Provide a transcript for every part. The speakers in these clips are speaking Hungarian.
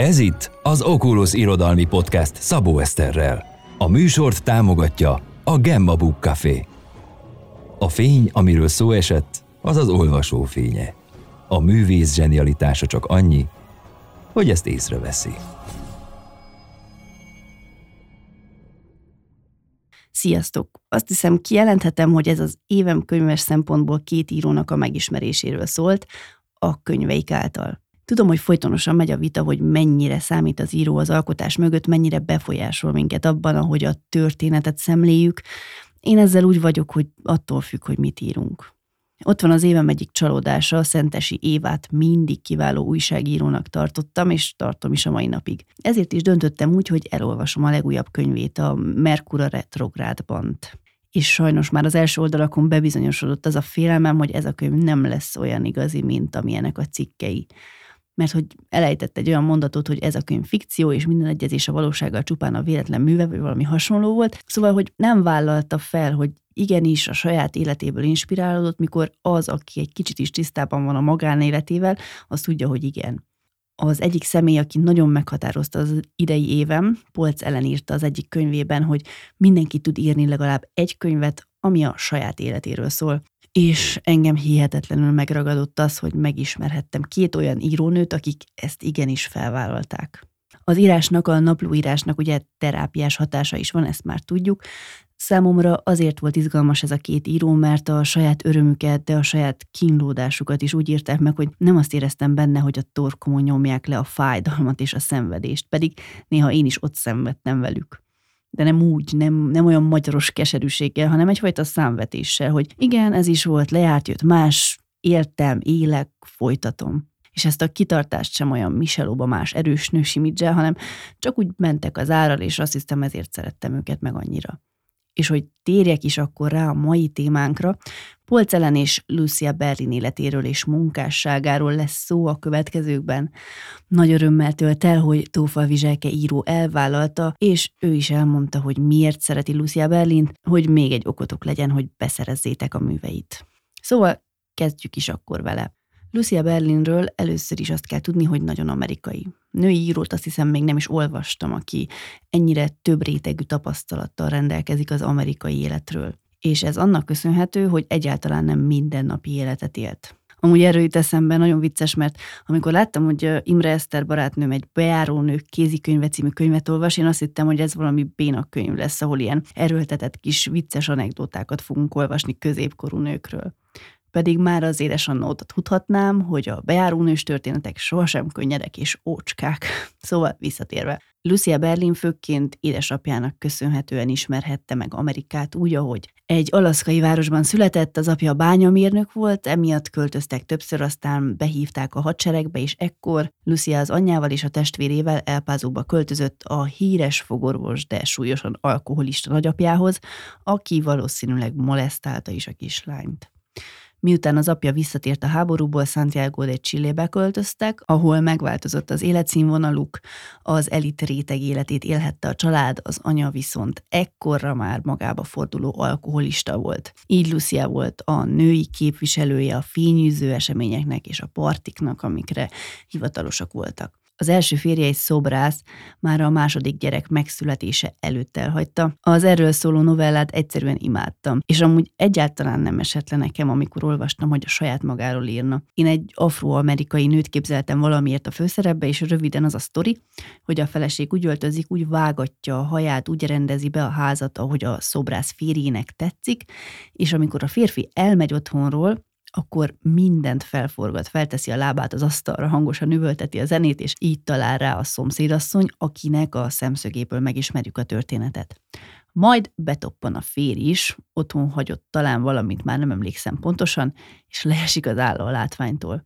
Ez itt az Oculus irodalmi podcast Szabó Eszterrel. A műsort támogatja a Gemma Book Café. A fény, amiről szó esett, az az olvasó fénye. A művész zsenialitása csak annyi, hogy ezt észreveszi. Sziasztok! Azt hiszem, kijelenthetem, hogy ez az évem könyves szempontból két írónak a megismeréséről szólt, a könyveik által. Tudom, hogy folytonosan megy a vita, hogy mennyire számít az író az alkotás mögött, mennyire befolyásol minket abban, ahogy a történetet szemléljük. Én ezzel úgy vagyok, hogy attól függ, hogy mit írunk. Ott van az évem egyik csalódása, Szentesi Évát mindig kiváló újságírónak tartottam, és tartom is a mai napig. Ezért is döntöttem úgy, hogy elolvasom a legújabb könyvét, a Merkur a retrográdban. És sajnos már az első oldalakon bebizonyosodott az a félelmem, hogy ez a könyv nem lesz olyan igazi, mint amilyenek a cikkei. Mert hogy elejtett egy olyan mondatot, hogy ez a könyv fikció, és minden egyezés a valósággal csupán a véletlen műve, vagy valami hasonló volt. Szóval, hogy nem vállalta fel, hogy igenis a saját életéből inspirálódott, mikor az, aki egy kicsit is tisztában van a magánéletével, az tudja, hogy igen. Az egyik személy, aki nagyon meghatározta az idei évem, Polcz Ellen írta az egyik könyvében, hogy mindenki tud írni legalább egy könyvet, ami a saját életéről szól. És engem hihetetlenül megragadott az, hogy megismerhettem két olyan írónőt, akik ezt igenis felvállalták. Az írásnak, a naplóírásnak ugye terápiás hatása is van, ezt már tudjuk. Számomra azért volt izgalmas ez a két író, mert a saját örömüket, de a saját kínlódásukat is úgy írták meg, hogy nem azt éreztem benne, hogy a torkomon nyomják le a fájdalmat és a szenvedést, pedig néha én is ott szenvedtem velük. De nem úgy, nem olyan magyaros keserűséggel, hanem egyfajta számvetéssel, hogy igen, ez is volt, lejárt, jött más, éltem, élek, folytatom. És ezt a kitartást sem olyan Michelle Obamás erős nős imidzsel, hanem csak úgy mentek az árral, és azt hiszem, ezért szerettem őket meg annyira. És hogy térjek is akkor rá a mai témánkra, Polcz Ellen és Lucia Berlin életéről és munkásságáról lesz szó a következőkben. Nagy örömmel tölt el, hogy Tófalvi Zselke író elvállalta, és ő is elmondta, hogy miért szereti Lucia Berlint, hogy még egy okotok legyen, hogy beszerezzétek a műveit. Szóval kezdjük is akkor vele. Lucia Berlinről először is azt kell tudni, hogy nagyon amerikai. Női írót azt hiszem még nem is olvastam, aki ennyire több rétegű tapasztalattal rendelkezik az amerikai életről. És ez annak köszönhető, hogy egyáltalán nem mindennapi életet élt. Amúgy erről jut eszembe, nagyon vicces, mert amikor láttam, hogy Imre Eszter barátnőm egy bejárónők kézikönyve című könyvet olvas, én azt hittem, hogy ez valami béna könyv lesz, ahol ilyen erőltetett kis vicces anekdótákat fogunk olvasni középkorú nőkről. Pedig már az édesanna óta tudhatnám, hogy a bejárónős történetek sohasem könnyedek és ócskák. Szóval visszatérve. Lucia Berlin főként édesapjának köszönhetően ismerhette meg Amerikát úgy, ahogy egy alaszkai városban született, az apja bányamérnök volt, emiatt költöztek többször, aztán behívták a hadseregbe, és ekkor Lucia az anyjával és a testvérével El Pasoba költözött a híres fogorvos, de súlyosan alkoholista nagyapjához, aki valószínűleg molesztálta is a kislányt. Miután az apja visszatért a háborúból, Santiago de Chilébe költöztek, ahol megváltozott az életszínvonaluk, az elit réteg életét élhette a család, az anya viszont ekkorra már magába forduló alkoholista volt. Így Lucia volt a női képviselője a fényűző eseményeknek és a partiknak, amikre hivatalosak voltak. Az első férje egy szobrász, már a második gyerek megszületése előtt elhagyta. Az erről szóló novellát egyszerűen imádtam, és amúgy egyáltalán nem esett le nekem, amikor olvastam, hogy a saját magáról írna. Én egy afroamerikai nőt képzeltem valamiért a főszerepbe, és röviden az a sztori, hogy a feleség úgy öltözik, úgy vágatja a haját, úgy rendezi be a házat, ahogy a szobrász férjének tetszik, és amikor a férfi elmegy otthonról, akkor mindent felforgat, felteszi a lábát az asztalra, hangosan üvölteti a zenét, és így talál rá a szomszédasszony, akinek a szemszögéből megismerjük a történetet. Majd betoppan a férj is, otthon hagyott talán valamit, már nem emlékszem pontosan, és leesik az álla a látványtól.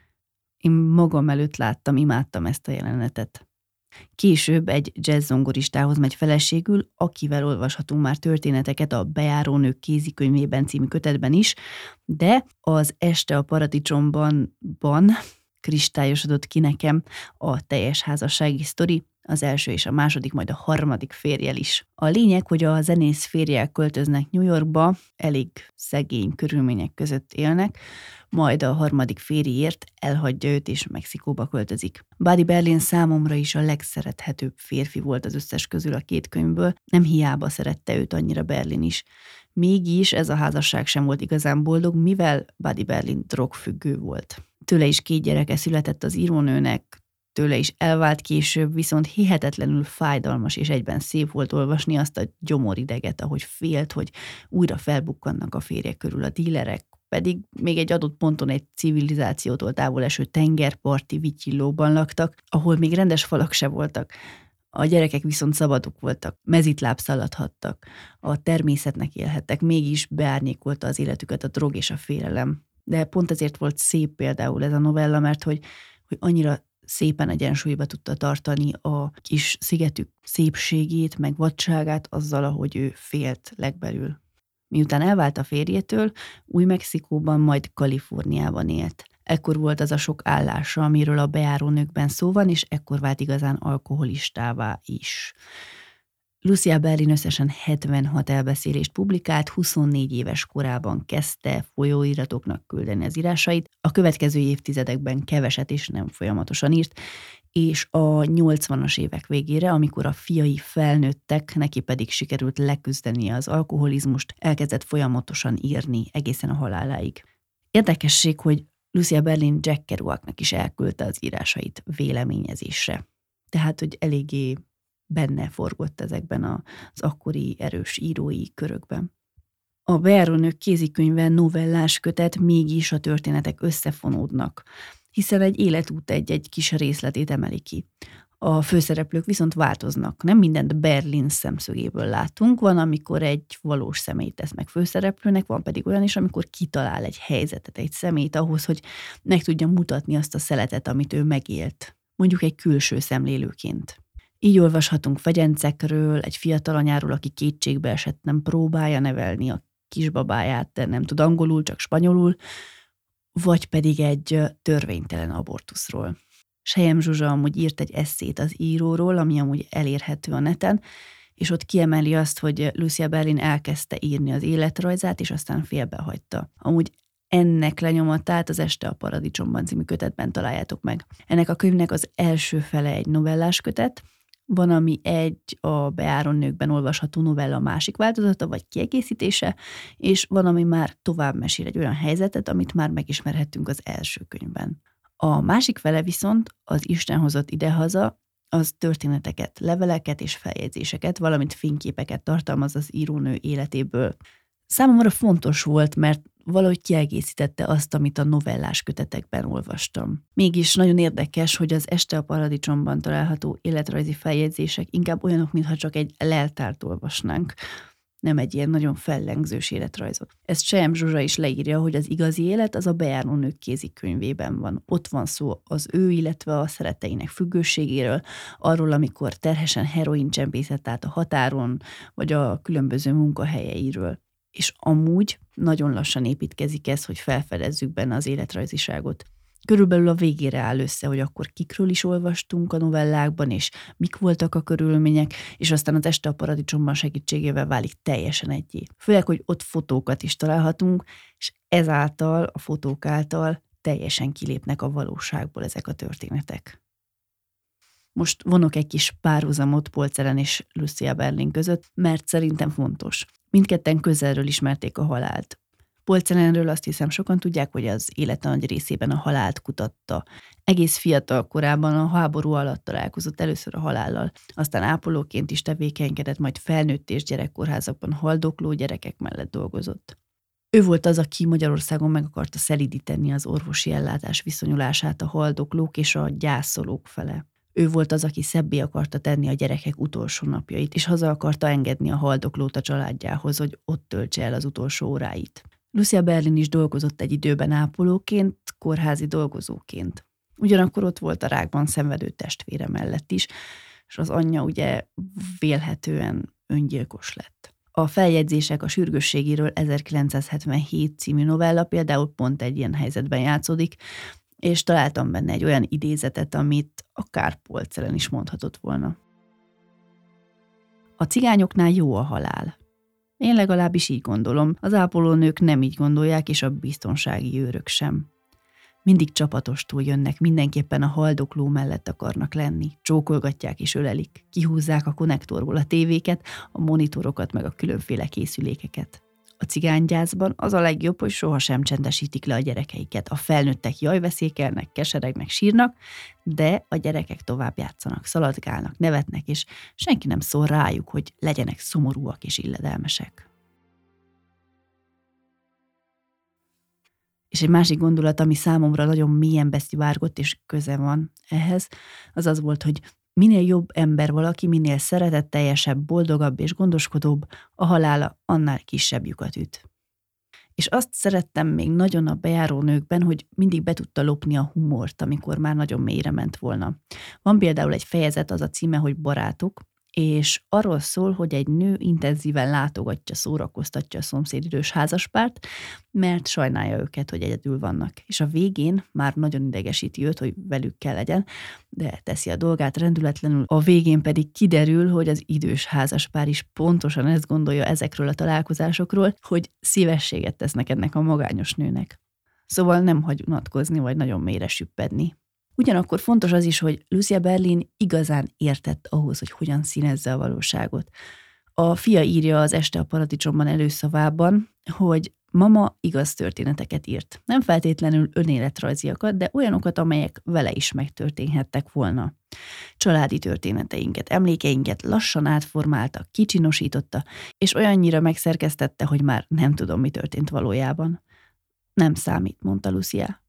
Én magam előtt láttam, imádtam ezt a jelenetet. Később egy jazz-zongoristához megy feleségül, akivel olvashatunk már történeteket a Bejárónők kézikönyvében című kötetben is, de az Este a paradicsomban kristályosodott ki nekem a teljes házassági sztori, az első és a második, majd a harmadik férjel is. A lényeg, hogy a zenész férjel költöznek New Yorkba, elég szegény körülmények között élnek, majd a harmadik férjért elhagyja őt és Mexikóba költözik. Buddy Berlin számomra is a legszerethetőbb férfi volt az összes közül a két könyvből, nem hiába szerette őt annyira Berlin is. Mégis ez a házasság sem volt igazán boldog, mivel Buddy Berlin drogfüggő volt. Tőle is 2 gyereke született az írónőnek, tőle is elvált később, viszont hihetetlenül fájdalmas és egyben szép volt olvasni azt a gyomorideget, ahogy félt, hogy újra felbukkannak a férje körül a dílerek, pedig még egy adott ponton egy civilizációtól távol eső tengerparti vityillóban laktak, ahol még rendes falak se voltak. A gyerekek viszont szabadok voltak, mezitláb szaladhattak, a természetnek élhettek, mégis beárnyékolta az életüket a drog és a félelem. De pont ezért volt szép például ez a novella, mert hogy annyira szépen egyensúlyba tudta tartani a kis szigetük szépségét, meg vadságát azzal, ahogy ő félt legbelül. Miután elvált a férjétől, Új-Mexikóban, majd Kaliforniában élt. Ekkor volt az a sok állása, amiről a bejárónőkben szó van, és ekkor vált igazán alkoholistává is. Lucia Berlin összesen 76 elbeszélést publikált, 24 éves korában kezdte folyóiratoknak küldeni az írásait, a következő évtizedekben keveset és nem folyamatosan írt, és a 80-as évek végére, amikor a fiai felnőttek, neki pedig sikerült leküzdenie az alkoholizmust, elkezdett folyamatosan írni egészen a haláláig. Érdekesség, hogy Lucia Berlin Jack Kerouacnak is elküldte az írásait véleményezésre. Tehát, hogy eléggé benne forgott ezekben az akkori erős írói körökben. A bejárónők kézikönyve novellás kötet, mégis a történetek összefonódnak, hiszen egy életút egy kis részletét emeli ki. A főszereplők viszont változnak. Nem mindent Berlin szemszögéből látunk, van, amikor egy valós személyt tesz meg főszereplőnek, van pedig olyan is, amikor kitalál egy helyzetet, egy személyt ahhoz, hogy meg tudja mutatni azt a szeletet, amit ő megélt, mondjuk egy külső szemlélőként. Így olvashatunk fegyencekről, egy fiatal anyáról, aki kétségbe esett, nem próbálja nevelni a kisbabáját, de nem tud angolul, csak spanyolul, vagy pedig egy törvénytelen abortuszról. Selyem Zsuzsa amúgy írt egy esszét az íróról, ami amúgy elérhető a neten, és ott kiemeli azt, hogy Lucia Berlin elkezdte írni az életrajzát, és aztán félbehagyta. Amúgy ennek lenyomatát az Este a Paradicsomban című kötetben találjátok meg. Ennek a könyvnek az első fele egy novellás kötet, van, ami egy a bejárónőkben olvasható novella másik változata, vagy kiegészítése, és van, ami már tovább mesél egy olyan helyzetet, amit már megismerhettünk az első könyvben. A másik fele viszont az Isten hozott idehaza, az történeteket, leveleket és feljegyzéseket, valamint fényképeket tartalmaz az írónő életéből. Számomra fontos volt, mert valahogy kiegészítette azt, amit a novellás kötetekben olvastam. Mégis nagyon érdekes, hogy az Este a Paradicsomban található életrajzi feljegyzések inkább olyanok, mintha csak egy leltárt olvasnánk, nem egy ilyen nagyon fellengzős életrajzot. Ezt Selyem Zsuzsa is leírja, hogy az igazi élet az a bejárónők kézikönyvében van. Ott van szó az ő, illetve a szeretteinek függőségéről, arról, amikor terhesen heroin csempészett át a határon, vagy a különböző munkahelyeiről. És amúgy nagyon lassan építkezik ez, hogy felfedezzük benne az életrajziságot. Körülbelül a végére áll össze, hogy akkor kikről is olvastunk a novellákban, és mik voltak a körülmények, és aztán az Este a Paradicsomban segítségével válik teljesen egyé. Főleg, hogy ott fotókat is találhatunk, és ezáltal, a fotók által teljesen kilépnek a valóságból ezek a történetek. Most vonok egy kis párhuzamot Polceren és Lucia Berlin között, mert szerintem fontos. Mindketten közelről ismerték a halált. Polcerenről azt hiszem sokan tudják, hogy az élete nagy részében a halált kutatta. Egész fiatal korában a háború alatt találkozott először a halállal, aztán ápolóként is tevékenykedett, majd felnőtt és gyerekkórházakban haldokló gyerekek mellett dolgozott. Ő volt az, aki Magyarországon meg akarta szelídíteni az orvosi ellátás viszonyulását a haldoklók és a gyászolók fele. Ő volt az, aki szebbé akarta tenni a gyerekek utolsó napjait, és haza akarta engedni a haldoklót a családjához, hogy ott töltse el az utolsó óráit. Lucia Berlin is dolgozott egy időben ápolóként, kórházi dolgozóként. Ugyanakkor ott volt a rákban szenvedő testvére mellett is, és az anyja ugye vélhetően öngyilkos lett. A feljegyzések a sürgősségéről 1977 című novella például pont egy ilyen helyzetben játszódik, és találtam benne egy olyan idézetet, amit akár polcelen is mondhatott volna. A cigányoknál jó a halál. Én legalábbis így gondolom, az ápolónők nem így gondolják, és a biztonsági őrök sem. Mindig csapatostul jönnek, mindenképpen a haldokló mellett akarnak lenni, csókolgatják és ölelik, kihúzzák a konnektorból a tévéket, a monitorokat meg a különféle készülékeket. A cigánygyászban az a legjobb, hogy sohasem csendesítik le a gyerekeiket. A felnőttek jajveszékelnek, keseregnek, sírnak, de a gyerekek tovább játszanak, szaladgálnak, nevetnek, és senki nem szól rájuk, hogy legyenek szomorúak és illedelmesek. És egy másik gondolat, ami számomra nagyon mélyen beszivárgott, és köze van ehhez, az az volt, hogy minél jobb ember valaki, minél szeretetteljesebb, boldogabb és gondoskodóbb, a halála annál kisebb lyukat üt. És azt szerettem még nagyon a bejárónőkben, hogy mindig be tudta lopni a humort, amikor már nagyon mélyre ment volna. Van például egy fejezet, az a címe, hogy Barátok, és arról szól, hogy egy nő intenzíven látogatja, szórakoztatja a szomszédidős házaspárt, mert sajnálja őket, hogy egyedül vannak. És a végén már nagyon idegesíti őt, hogy velük kell legyen, de teszi a dolgát rendületlenül. A végén pedig kiderül, hogy az idős házaspár is pontosan ezt gondolja ezekről a találkozásokról, hogy szívességet tesznek ennek a magányos nőnek. Szóval nem hagy unatkozni, vagy nagyon mélyre süppedni. Ugyanakkor fontos az is, hogy Lucia Berlin igazán értett ahhoz, hogy hogyan színezze a valóságot. A fia írja az Este a paradicsomban előszavában, hogy mama igaz történeteket írt. Nem feltétlenül önéletrajziakat, de olyanokat, amelyek vele is megtörténhettek volna. Családi történeteinket, emlékeinket lassan átformálta, kicsinosította, és olyannyira megszerkesztette, hogy már nem tudom, mi történt valójában. Nem számít, mondta Lucia.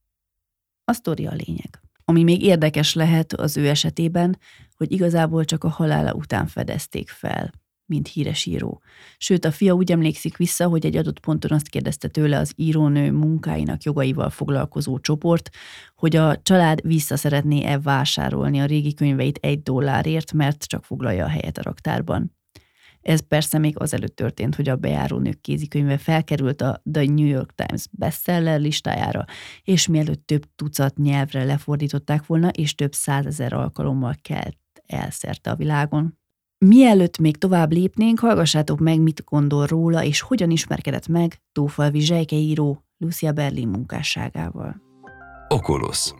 A sztori a lényeg. Ami még érdekes lehet az ő esetében, hogy igazából csak a halála után fedezték fel, mint híres író. Sőt, a fia úgy emlékszik vissza, hogy egy adott ponton azt kérdezte tőle az írónő munkáinak jogaival foglalkozó csoport, hogy a család vissza szeretné-e vásárolni a régi könyveit $1, mert csak foglalja a helyet a raktárban. Ez persze még azelőtt történt, hogy a bejárónők kézikönyve felkerült a The New York Times bestseller listájára, és mielőtt több tucat nyelvre lefordították volna, és több 100 000 alkalommal kelt el szerte a világon. Mielőtt még tovább lépnénk, hallgassátok meg, mit gondol róla, és hogyan ismerkedett meg Tófalvi Zsejke író Lucia Berlin munkásságával. Oculus.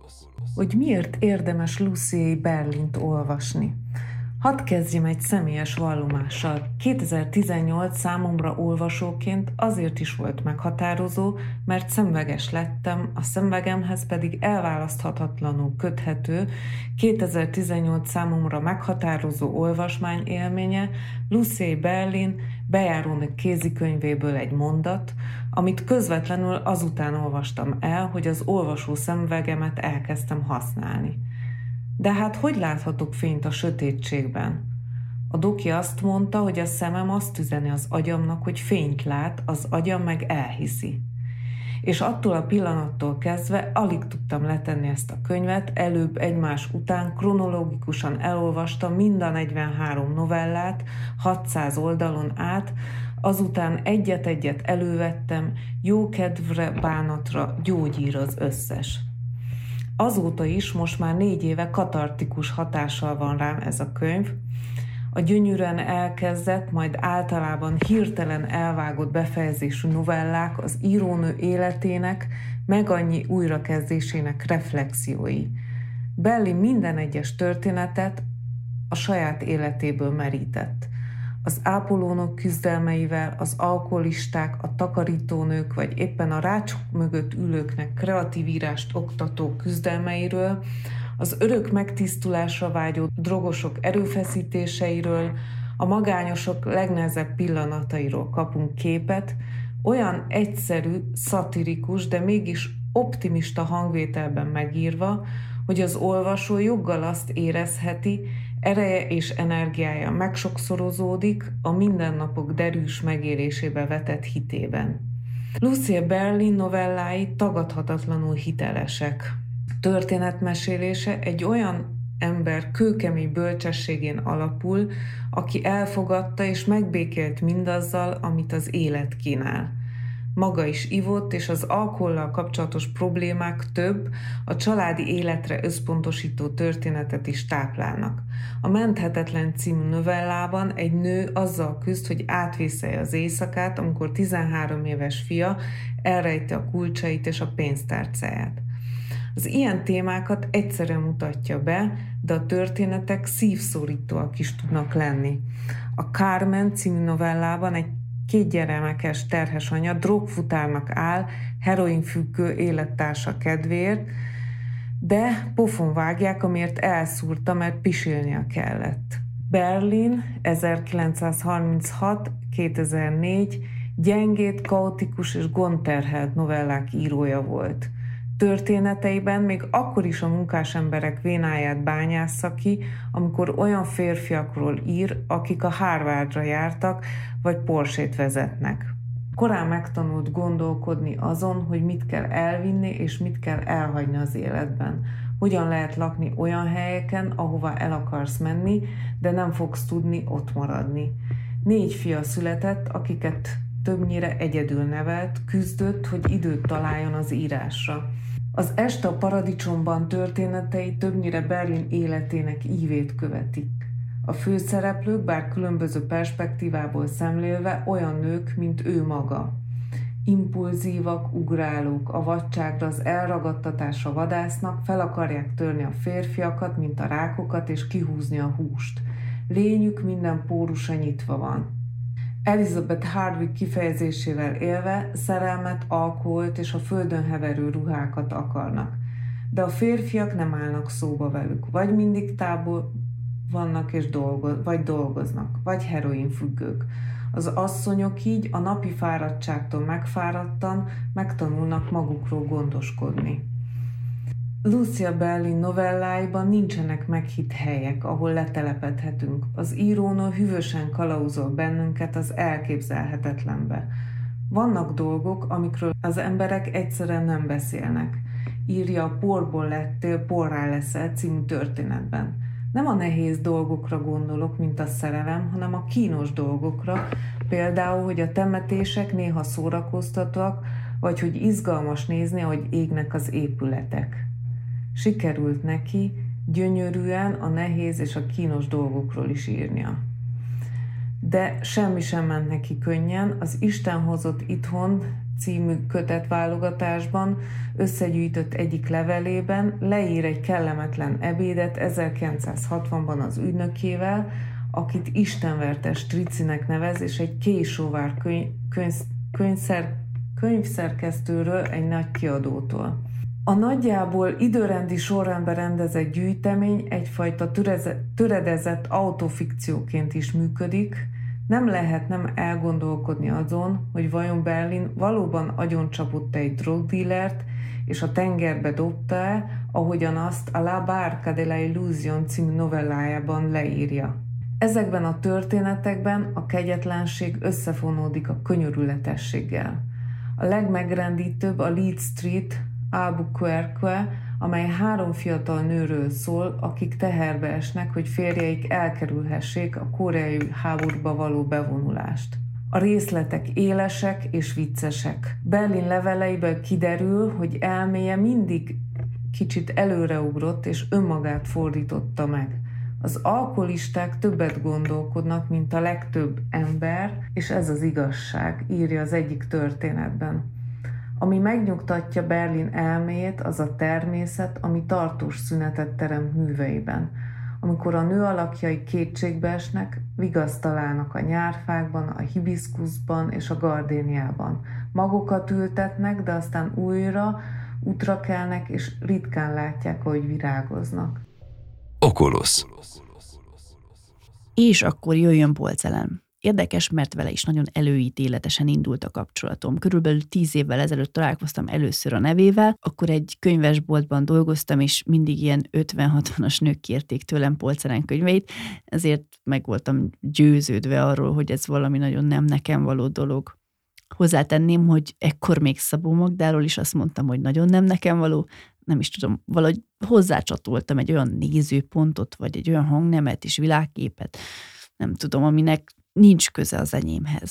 Hogy miért érdemes Lucia Berlint olvasni? Hadd kezdjem egy személyes vallomással. 2018 számomra olvasóként azért is volt meghatározó, mert szemveges lettem, a szemvegemhez pedig elválaszthatatlanul köthető 2018 számomra meghatározó olvasmány élménye Lucia Berlin bejárónők kézikönyvéből egy mondat, amit közvetlenül azután olvastam el, hogy az olvasó szemvegemet elkezdtem használni. De hát hogy láthatok fényt a sötétségben? A doki azt mondta, hogy a szemem azt üzeni az agyamnak, hogy fényt lát, az agyam meg elhiszi. És attól a pillanattól kezdve alig tudtam letenni ezt a könyvet, előbb egymás után kronológikusan elolvastam mind a 43 novellát, 600 oldalon át, azután egyet-egyet elővettem, jókedvre, bánatra gyógyír az összes. Azóta is, most már 4 éve katartikus hatással van rám ez a könyv. A gyönyörűen elkezdett, majd általában hirtelen elvágott befejezésű novellák az írónő életének, meg annyi újrakezdésének reflexiói. Berlin minden egyes történetet a saját életéből merített. Az ápolónok küzdelmeivel, az alkoholisták, a takarítónők, vagy éppen a rácsok mögött ülőknek kreatív írást oktató küzdelmeiről, az örök megtisztulásra vágyó drogosok erőfeszítéseiről, a magányosok legnehezebb pillanatairól kapunk képet, olyan egyszerű, szatirikus, de mégis optimista hangvételben megírva, hogy az olvasó joggal azt érezheti, ereje és energiája megsokszorozódik a mindennapok derűs megélésébe vetett hitében. Lucia Berlin novellái tagadhatatlanul hitelesek. Történetmesélése egy olyan ember kőkemény bölcsességén alapul, aki elfogadta és megbékélt mindazzal, amit az élet kínál. Maga is ivott, és az alkohollal kapcsolatos problémák több, a családi életre összpontosító történetet is táplálnak. A Menthetetlen című novellában egy nő azzal küzd, hogy átvészelje az éjszakát, amikor 13 éves fia elrejti a kulcsait és a pénztárcáját. Az ilyen témákat egyszerűen mutatja be, de a történetek szívszorítóak is tudnak lenni. A Carmen című novellában egy 2 gyermekes terhes anya drogfutárnak áll heroinfüggő élettársa kedvéért, de pofon vágják, amiért elszúrta, mert pisilnia kellett. Berlin 1936-2004 gyengét, kaotikus és gondterhelt novellák írója volt. Történeteiben még akkor is a munkás emberek vénáját bányásza ki, amikor olyan férfiakról ír, akik a Harvardra jártak, vagy Porsét vezetnek. Korán megtanult gondolkodni azon, hogy mit kell elvinni és mit kell elhagyni az életben. Hogyan lehet lakni olyan helyeken, ahova el akarsz menni, de nem fogsz tudni ott maradni. 4 fia született, akiket többnyire egyedül nevelt, küzdött, hogy időt találjon az írásra. Az Este a paradicsomban történetei többnyire Berlin életének ívét követik. A főszereplők, bár különböző perspektívából szemlélve, olyan nők, mint ő maga. Impulzívak, ugrálók, a vadságra, az elragadtatásra vadásznak, fel akarják törni a férfiakat, mint a rákokat, és kihúzni a húst. Lényük minden pórusa nyitva van. Elizabeth Hardwick kifejezésével élve szerelmet, alkoholt és a földön heverő ruhákat akarnak. De a férfiak nem állnak szóba velük, vagy mindig távol vannak és dolgoznak, vagy heroinfüggők. Az asszonyok így a napi fáradtságtól megfáradtan megtanulnak magukról gondoskodni. Lucia Berlin novelláiban nincsenek meghitt helyek, ahol letelepedhetünk. Az írónő hűvösen kalauzol bennünket az elképzelhetetlenbe. Vannak dolgok, amikről az emberek egyszerűen nem beszélnek. Írja a Porból lettél, porrá leszel című történetben. Nem a nehéz dolgokra gondolok, mint a szerelem, hanem a kínos dolgokra, például, hogy a temetések néha szórakoztatóak, vagy hogy izgalmas nézni, ahogy égnek az épületek. Sikerült neki gyönyörűen a nehéz és a kínos dolgokról is írnia. De semmi sem ment neki könnyen. Az Isten hozott itthon című kötetválogatásban összegyűjtött egyik levelében leír egy kellemetlen ebédet 1960-ban az ügynökével, akit istenvertes Tricinek nevez, és egy késóvár könyvszerkesztőről, egy nagy kiadótól. A nagyjából időrendi sorrendben rendezett gyűjtemény egyfajta töredezett autofikcióként is működik. Nem lehet nem elgondolkodni azon, hogy vajon Berlin valóban agyoncsapott egy drogdílert, és a tengerbe dobta-e, ahogyan azt a La Barca de la Illusion című novellájában leírja. Ezekben a történetekben a kegyetlenség összefonódik a könyörületességgel. A legmegrendítőbb a Lead Street, Albuquerque, amely 3 fiatal nőről szól, akik teherbe esnek, hogy férjeik elkerülhessék a koreai háborúba való bevonulást. A részletek élesek és viccesek. Berlin leveleiből kiderül, hogy elméje mindig kicsit előreugrott és önmagát fordította meg. Az alkoholisták többet gondolkodnak, mint a legtöbb ember, és ez az igazság, írja az egyik történetben. Ami megnyugtatja Berlin elméjét, az a természet, ami tartós szünetet teremt műveiben. Amikor a nő alakjai kétségbe esnek, vigaszt találnak a nyárfákban, a hibiszkuszban és a gardéniában. Magokat ültetnek, de aztán újra útra kelnek, és ritkán látják, ahogy virágoznak. Oculus. És akkor jöjjön Polcelen. Érdekes, mert vele is nagyon előítéletesen indult a kapcsolatom. Körülbelül 10 évvel ezelőtt találkoztam először a nevével, akkor egy könyvesboltban dolgoztam, és mindig ilyen 50-60-as nők kérték tőlem Polcelen könyveit, ezért meg voltam győződve arról, hogy ez valami nagyon nem nekem való dolog. Hozzátenném, hogy ekkor még Szabó Magdáról is azt mondtam, hogy nagyon nem nekem való, nem is tudom, valahogy hozzácsatoltam egy olyan nézőpontot, vagy egy olyan hangnemet és világképet, nem tudom, aminek nincs köze az enyémhez.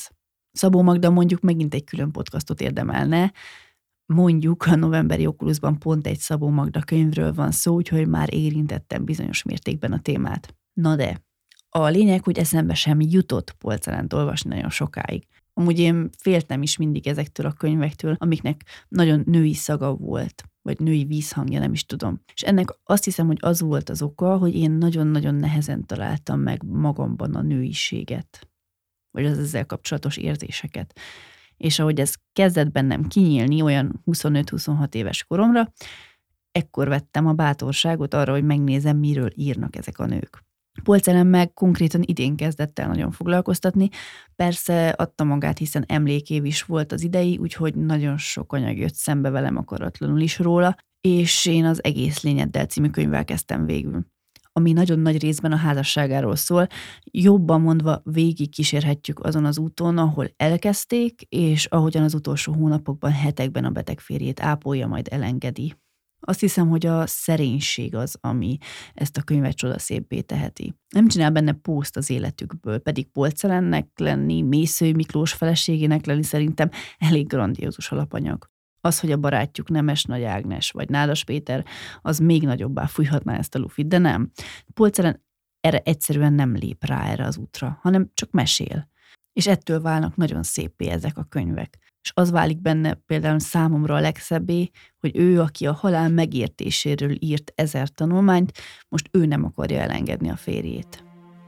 Szabó Magda mondjuk megint egy külön podcastot érdemelne, mondjuk a novemberi Oculusban pont egy Szabó Magda könyvről van szó, úgyhogy már érintettem bizonyos mértékben a témát. Na de, a lényeg, hogy eszembe sem jutott Polcelent olvasni nagyon sokáig. Amúgy én féltem is mindig ezektől a könyvektől, amiknek nagyon női szaga volt, vagy női vízhangja, nem is tudom. És ennek azt hiszem, hogy az volt az oka, hogy én nagyon-nagyon nehezen találtam meg magamban a nőiséget, vagy az ezzel kapcsolatos érzéseket. És ahogy ez kezdett bennem kinyílni olyan 25-26 éves koromra, ekkor vettem a bátorságot arra, hogy megnézem, miről írnak ezek a nők. Polcelen meg konkrétan idén kezdett el nagyon foglalkoztatni, persze adta magát, hiszen emlékév is volt az idei, úgyhogy nagyon sok anyag jött szembe velem akaratlanul is róla, és én az Egész lényeddel című könyvvel kezdtem végül, ami nagyon nagy részben a házasságáról szól, jobban mondva végig kísérhetjük azon az úton, ahol elkezdték, és ahogyan az utolsó hónapokban, hetekben a beteg férjét ápolja, majd elengedi. Azt hiszem, hogy a szerénység az, ami ezt a könyvet csodaszéppé teheti. Nem csinál benne pószt az életükből, pedig Polcelennek lenni, Mészői Miklós feleségének lenni szerintem elég grandiózus alapanyag. Az, hogy a barátjuk Nemes Nagy Ágnes vagy Nádas Péter, az még nagyobbá fújhatná ezt a lufit, de nem. Polcelen erre egyszerűen nem lép rá erre az útra, hanem csak mesél. És ettől válnak nagyon szépé ezek a könyvek. És az válik benne például számomra a legszebbé, hogy ő, aki a halál megértéséről írt 1000 tanulmányt, most ő nem akarja elengedni a férjét.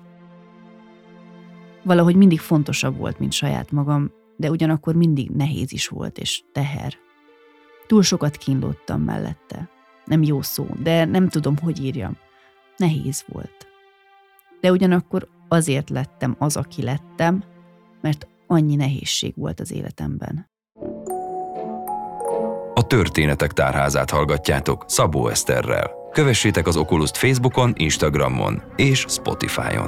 Valahogy mindig fontosabb volt, mint saját magam, de ugyanakkor mindig nehéz is volt, és teher. Túl sokat kínlódtam mellette. Nem jó szó, de nem tudom, hogy írjam. Nehéz volt. De ugyanakkor azért lettem az, aki lettem, mert annyi nehézség volt az életemben. A Történetek Tárházát hallgatjátok Szabó Eszterrel. Kövessétek az Oculuszt Facebookon, Instagramon és Spotify-on.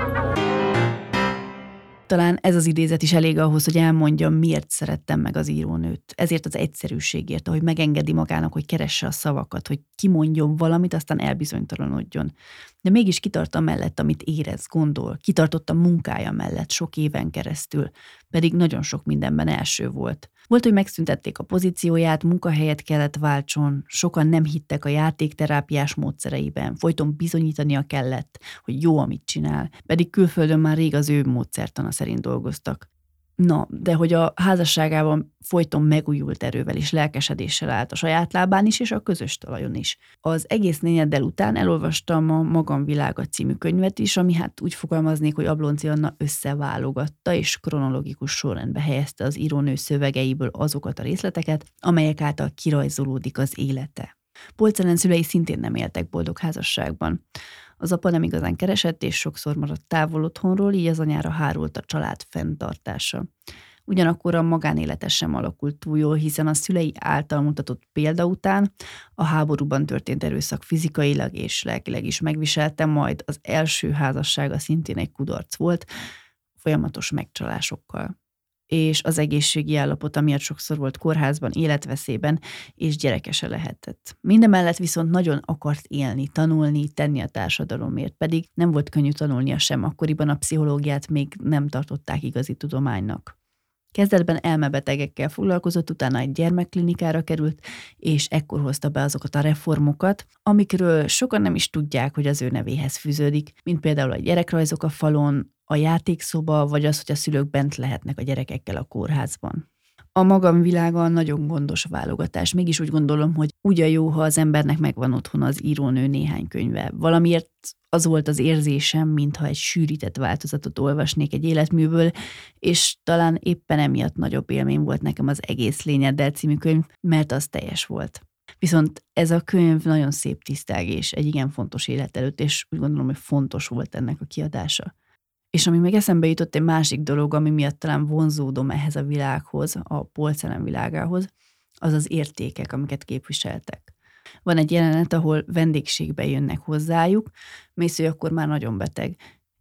Talán ez az idézet is elég ahhoz, hogy elmondjam, miért szerettem meg az írónőt. Ezért az egyszerűségért, ahogy megengedi magának, hogy keresse a szavakat, hogy kimondjon valamit, aztán elbizonytalanodjon. De mégis kitartam mellett, amit érez, gondol, kitartott a munkája mellett sok éven keresztül, pedig nagyon sok mindenben első volt. Volt, hogy megszüntették a pozícióját, munkahelyet kellett váltson, sokan nem hittek a játékterápiás módszereiben, folyton bizonyítania kellett, hogy jó, amit csinál, pedig külföldön már rég az ő módszertana szerint dolgoztak. Na, de hogy a házasságában folyton megújult erővel és lelkesedéssel állt a saját lábán is, és a közös talajon is. Az Egész lényeddel után elolvastam a Magamvilága című könyvet is, ami hát úgy fogalmaznék, hogy Ablonczy Anna összeválogatta és kronológikus sorrendbe helyezte az írónő szövegeiből azokat a részleteket, amelyek által kirajzolódik az élete. Polcelen szülei szintén nem éltek boldog házasságban. Az apa nem igazán keresett, és sokszor maradt távol otthonról, így az anyára hárult a család fenntartása. Ugyanakkor a magánélete sem alakult túl jól, hiszen a szülei által mutatott példa után a háborúban történt erőszak fizikailag és lelkileg is megviselte, majd az első házassága szintén egy kudarc volt, folyamatos megcsalásokkal. És az egészségi állapota miatt sokszor volt kórházban, életveszélyben, és gyereke se lehetett. Mindemellett viszont nagyon akart élni, tanulni, tenni a társadalomért, pedig nem volt könnyű tanulnia sem, akkoriban a pszichológiát még nem tartották igazi tudománynak. Kezdetben elmebetegekkel foglalkozott, utána egy gyermekklinikára került, és ekkor hozta be azokat a reformokat, amikről sokan nem is tudják, hogy az ő nevéhez fűződik, mint például a gyerekrajzok a falon, a játékszoba, vagy az, hogy a szülők bent lehetnek a gyerekekkel a kórházban. A Magamvilága nagyon gondos válogatás. Mégis úgy gondolom, hogy úgy a jó, ha az embernek megvan otthon az írónő néhány könyve. Valamiért az volt az érzésem, mintha egy sűrített változatot olvasnék egy életműből, és talán éppen emiatt nagyobb élmény volt nekem az Egész lényeddel című könyv, mert az teljes volt. Viszont ez a könyv nagyon szép tisztelgés egy igen fontos élet előtt, és úgy gondolom, hogy fontos volt ennek a kiadása. És ami még eszembe jutott egy másik dolog, ami miatt talán vonzódom ehhez a világhoz, a Polcelen világához, az az értékek, amiket képviseltek. Van egy jelenet, ahol vendégségbe jönnek hozzájuk, Mészői akkor már nagyon beteg,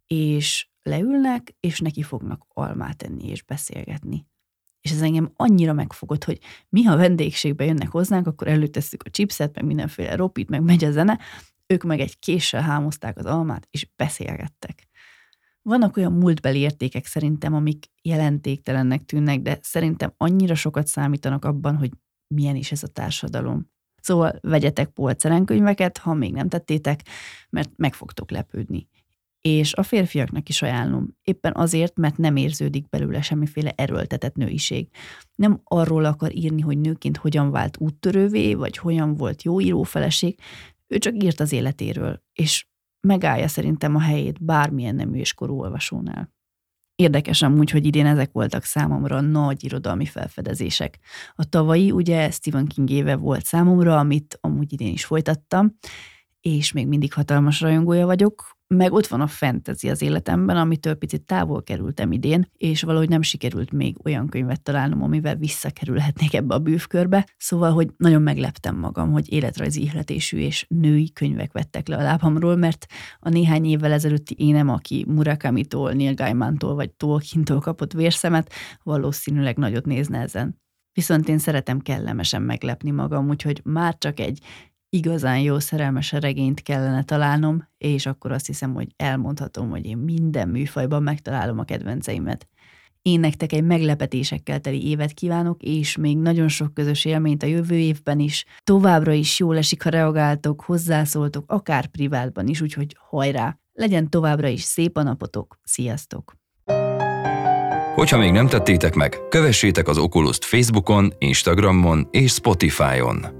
és leülnek, és neki fognak almát enni és beszélgetni. És ez engem annyira megfogott, hogy mi, ha vendégségbe jönnek hozzánk, akkor előtesszük a chipset, meg mindenféle ropit, meg megy a zene, ők meg egy késsel hámozták az almát, és beszélgettek. Vannak olyan múltbeli értékek szerintem, amik jelentéktelennek tűnnek, de szerintem annyira sokat számítanak abban, hogy milyen is ez a társadalom. Szóval vegyetek polceren könyveket, ha még nem tettétek, mert meg fogtok lepődni. És a férfiaknak is ajánlom. Éppen azért, mert nem érződik belőle semmiféle erőltetett nőiség. Nem arról akar írni, hogy nőként hogyan vált úttörővé, vagy hogyan volt jó írófeleség, ő csak írt az életéről, és megállja szerintem a helyét bármilyen nemű és korú olvasónál. Érdekes amúgy, hogy idén ezek voltak számomra nagy irodalmi felfedezések. A tavalyi ugye Stephen King éve volt számomra, amit amúgy idén is folytattam, és még mindig hatalmas rajongója vagyok, meg ott van a fantasy az életemben, amitől picit távol kerültem idén, és valahogy nem sikerült még olyan könyvet találnom, amivel visszakerülhetnék ebbe a bűvkörbe, szóval, hogy nagyon megleptem magam, hogy életrajzi ihletésű és női könyvek vettek le a lábamról, mert a néhány évvel ezelőtti énem, aki Murakamitól, Neil Gaimantól vagy Tolkientől kapott vérszemet, valószínűleg nagyot nézne ezen. Viszont én szeretem kellemesen meglepni magam, úgyhogy már csak egy igazán jó szerelmes regényt kellene találnom, és akkor azt hiszem, hogy elmondhatom, hogy én minden műfajban megtalálom a kedvenceimet. Én nektek egy meglepetésekkel teli évet kívánok, és még nagyon sok közös élményt a jövő évben is. Továbbra is jól esik, ha reagáltok, hozzászóltok, akár privátban is, úgyhogy hajrá! Legyen továbbra is szép a napotok. Sziasztok! Hogyha még nem tettétek meg, kövessétek az Oculuszt Facebookon, Instagramon és Spotify-on.